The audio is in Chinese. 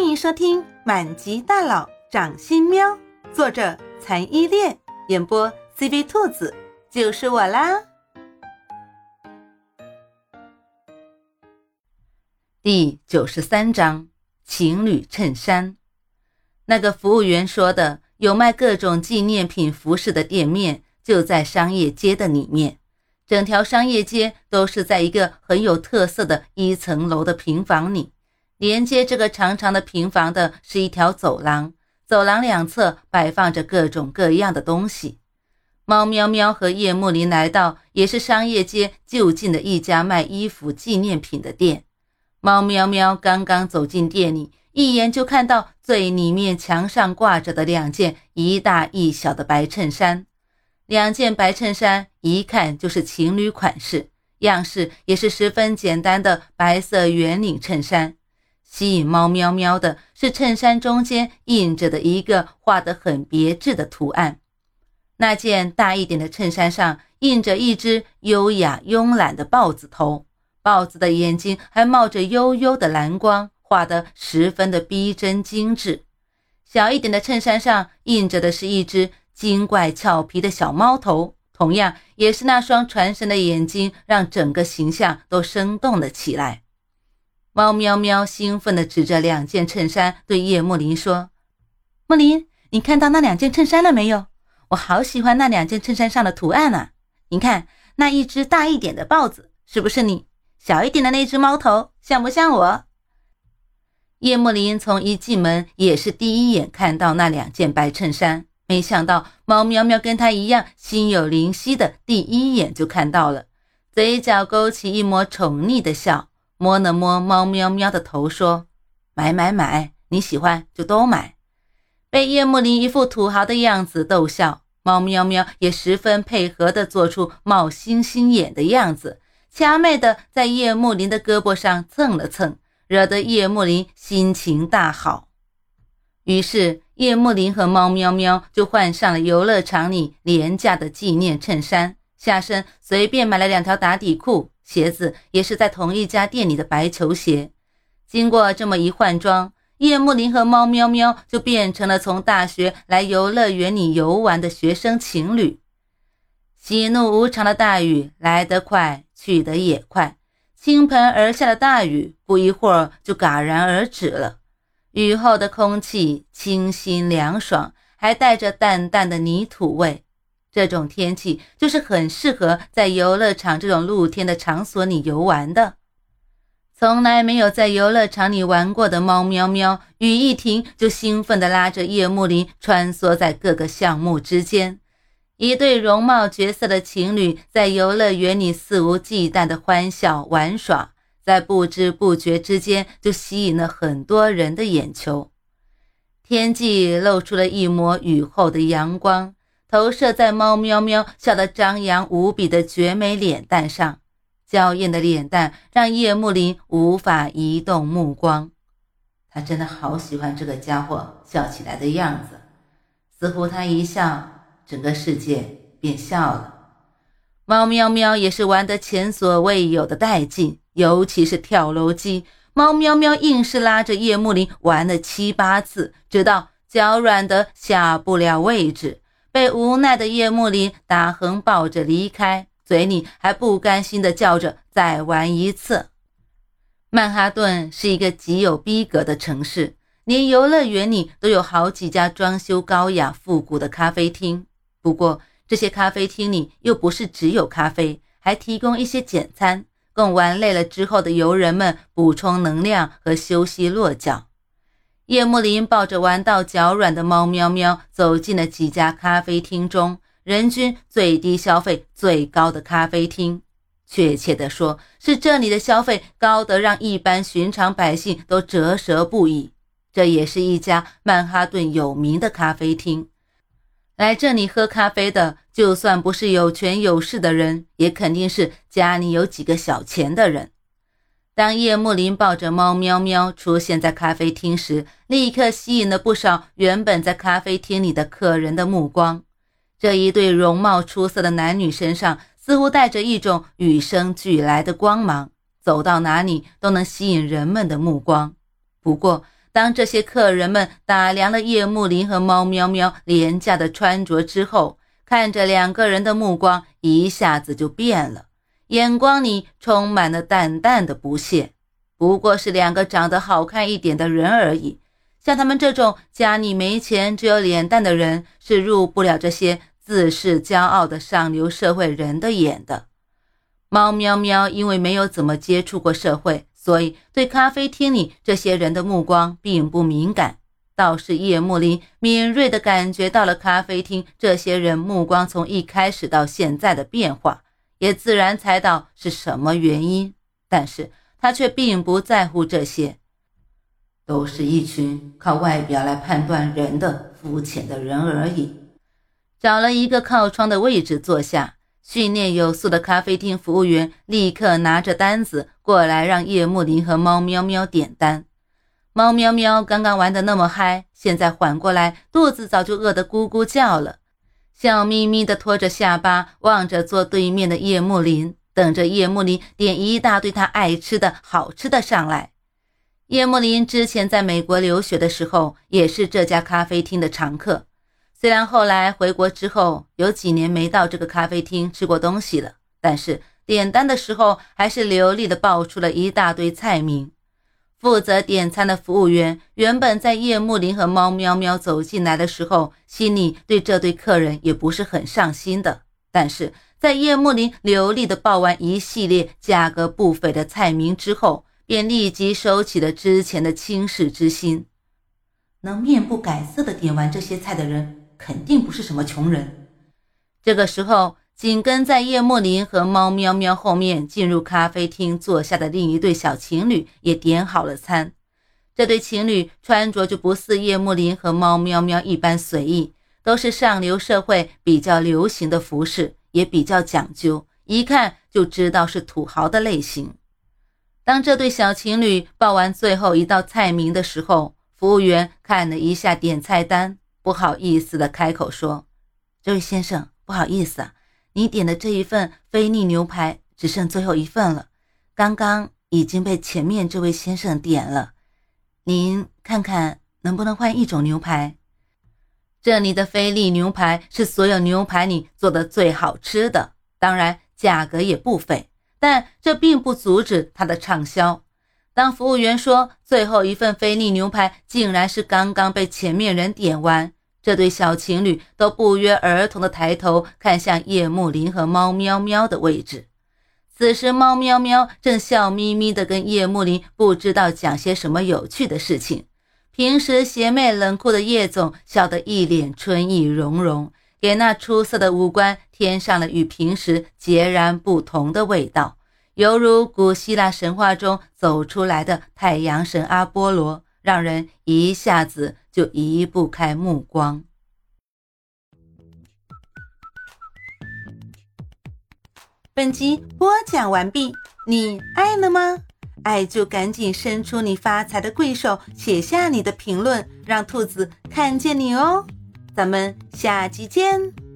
迎收听《满级大佬掌心喵》，作者残依恋，演播 CV 兔子，就是我啦。第93章情侣衬衫。那个服务员说的有卖各种纪念品服饰的店面就在商业街的里面，整条商业街都是在一个很有特色的1层楼的平房里，连接这个长长的平房的是一条走廊，走廊两侧摆放着各种各样的东西。猫喵喵和叶幕林来到也是商业街就近的一家卖衣服纪念品的店。猫喵喵刚刚走进店里，一眼就看到最里面墙上挂着的2件一大一小的白衬衫。2件白衬衫一看就是情侣款式，样式也是十分简单的白色圆领衬衫。吸引猫喵喵的是衬衫中间印着的一个画得很别致的图案。那件大一点的衬衫上印着一只优雅慵懒的豹子头，豹子的眼睛还冒着幽幽的蓝光，画得十分的逼真精致。小一点的衬衫上印着的是一只精怪俏皮的小猫头，同样也是那双传神的眼睛让整个形象都生动了起来。猫喵喵兴奋地指着2件衬衫对叶幕林说：幕林，你看到那2件衬衫了没有？我好喜欢那2件衬衫上的图案啊！你看那一只大一点的豹子是不是你？小一点的那只猫头像不像我？叶幕林从一进门也是第一眼看到那2件白衬衫，没想到猫喵喵跟他一样心有灵犀的第一眼就看到了，嘴角勾起一抹宠溺的笑，摸了摸猫喵喵的头说：买买买，你喜欢就都买。被叶幕林一副土豪的样子逗笑，猫喵喵也十分配合地做出冒星星眼的样子，掐妹的在叶幕林的胳膊上蹭了蹭，惹得叶幕林心情大好。于是叶幕林和猫喵喵就换上了游乐场里廉价的纪念衬衫，下身随便买了2条打底裤，鞋子也是在同一家店里的白球鞋。经过这么一换装，叶幕林和猫喵喵就变成了从大学来游乐园里游玩的学生情侣。喜怒无常的大雨来得快，去得也快，倾盆而下的大雨不一会儿就戛然而止了。雨后的空气清新凉爽，还带着淡淡的泥土味。这种天气就是很适合在游乐场这种露天的场所里游玩的。从来没有在游乐场里玩过的猫喵喵，雨一停就兴奋地拉着叶幕林穿梭在各个项目之间。一对容貌绝色的情侣在游乐园里肆无忌惮地欢笑玩耍，在不知不觉之间就吸引了很多人的眼球。天际露出了一抹雨后的阳光，投射在猫喵喵笑得张扬无比的绝美脸蛋上，娇艳的脸蛋让叶幕林无法移动目光。他真的好喜欢这个家伙笑起来的样子，似乎他一笑，整个世界便笑了。猫喵喵也是玩得前所未有的带劲，尤其是跳楼机，猫喵喵硬是拉着叶幕林玩了7、8次，直到脚软得下不了位置，被无奈的叶幕林打横抱着离开，嘴里还不甘心地叫着再玩一次。曼哈顿是一个极有逼格的城市，连游乐园里都有好几家装修高雅复古的咖啡厅。不过这些咖啡厅里又不是只有咖啡，还提供一些简餐，供玩累了之后的游人们补充能量和休息落脚。叶幕林抱着玩到脚软的猫喵喵走进了几家咖啡厅中，人均最低消费最高的咖啡厅，确切地说是这里的消费高得让一般寻常百姓都折舌不已。这也是一家曼哈顿有名的咖啡厅，来这里喝咖啡的就算不是有权有势的人，也肯定是家里有几个小钱的人。当叶幕林抱着猫喵喵出现在咖啡厅时，立刻吸引了不少原本在咖啡厅里的客人的目光。这一对容貌出色的男女身上似乎带着一种与生俱来的光芒，走到哪里都能吸引人们的目光。不过当这些客人们打量了叶幕林和猫喵喵廉价的穿着之后，看着两个人的目光一下子就变了，眼光里充满了淡淡的不屑。不过是两个长得好看一点的人而已，像他们这种家里没钱只有脸蛋的人，是入不了这些自恃骄傲的上流社会人的眼的。猫喵喵因为没有怎么接触过社会，所以对咖啡厅里这些人的目光并不敏感，倒是叶幕林敏锐地感觉到了咖啡厅这些人目光从一开始到现在的变化，也自然猜到是什么原因，但是他却并不在乎这些，都是一群靠外表来判断人的肤浅的人而已。找了一个靠窗的位置坐下，训练有素的咖啡厅服务员立刻拿着单子过来让叶幕林和猫喵喵点单。猫喵喵刚刚玩得那么嗨，现在缓过来，肚子早就饿得咕咕叫了，笑眯眯地拖着下巴望着坐对面的叶幕林，等着叶幕林点一大堆他爱吃的好吃的上来。叶幕林之前在美国留学的时候也是这家咖啡厅的常客，虽然后来回国之后有几年没到这个咖啡厅吃过东西了，但是点单的时候还是流利地报出了一大堆菜名。负责点餐的服务员原本在叶幕林和猫喵喵走进来的时候，心里对这对客人也不是很上心的，但是在叶幕林流利地报完一系列价格不菲的菜名之后，便立即收起了之前的轻视之心。能面不改色地点完这些菜的人肯定不是什么穷人。这个时候，紧跟在叶幕林和猫喵喵后面进入咖啡厅坐下的另一对小情侣也点好了餐。这对情侣穿着就不似叶幕林和猫喵喵一般随意，都是上流社会比较流行的服饰，也比较讲究，一看就知道是土豪的类型。当这对小情侣报完最后一道菜名的时候，服务员看了一下点菜单，不好意思地开口说：“这位先生，不好意思啊，你点的这一份菲力牛排只剩最后一份了，刚刚已经被前面这位先生点了，您看看能不能换一种牛排？这里的菲力牛排是所有牛排里做的最好吃的，当然价格也不菲，但这并不阻止它的畅销。”当服务员说最后一份菲力牛排竟然是刚刚被前面人点完，这对小情侣都不约而同地抬头看向叶幕林和猫喵喵的位置。此时猫喵喵正笑眯眯地跟叶幕林不知道讲些什么有趣的事情，平时邪魅冷酷的叶总笑得一脸春意融融，给那出色的五官添上了与平时截然不同的味道，犹如古希腊神话中走出来的太阳神阿波罗，让人一下子就移不开目光。本集播讲完毕，你爱了吗？爱就赶紧伸出你发财的贵手，写下你的评论，让兔子看见你哦。咱们下集见。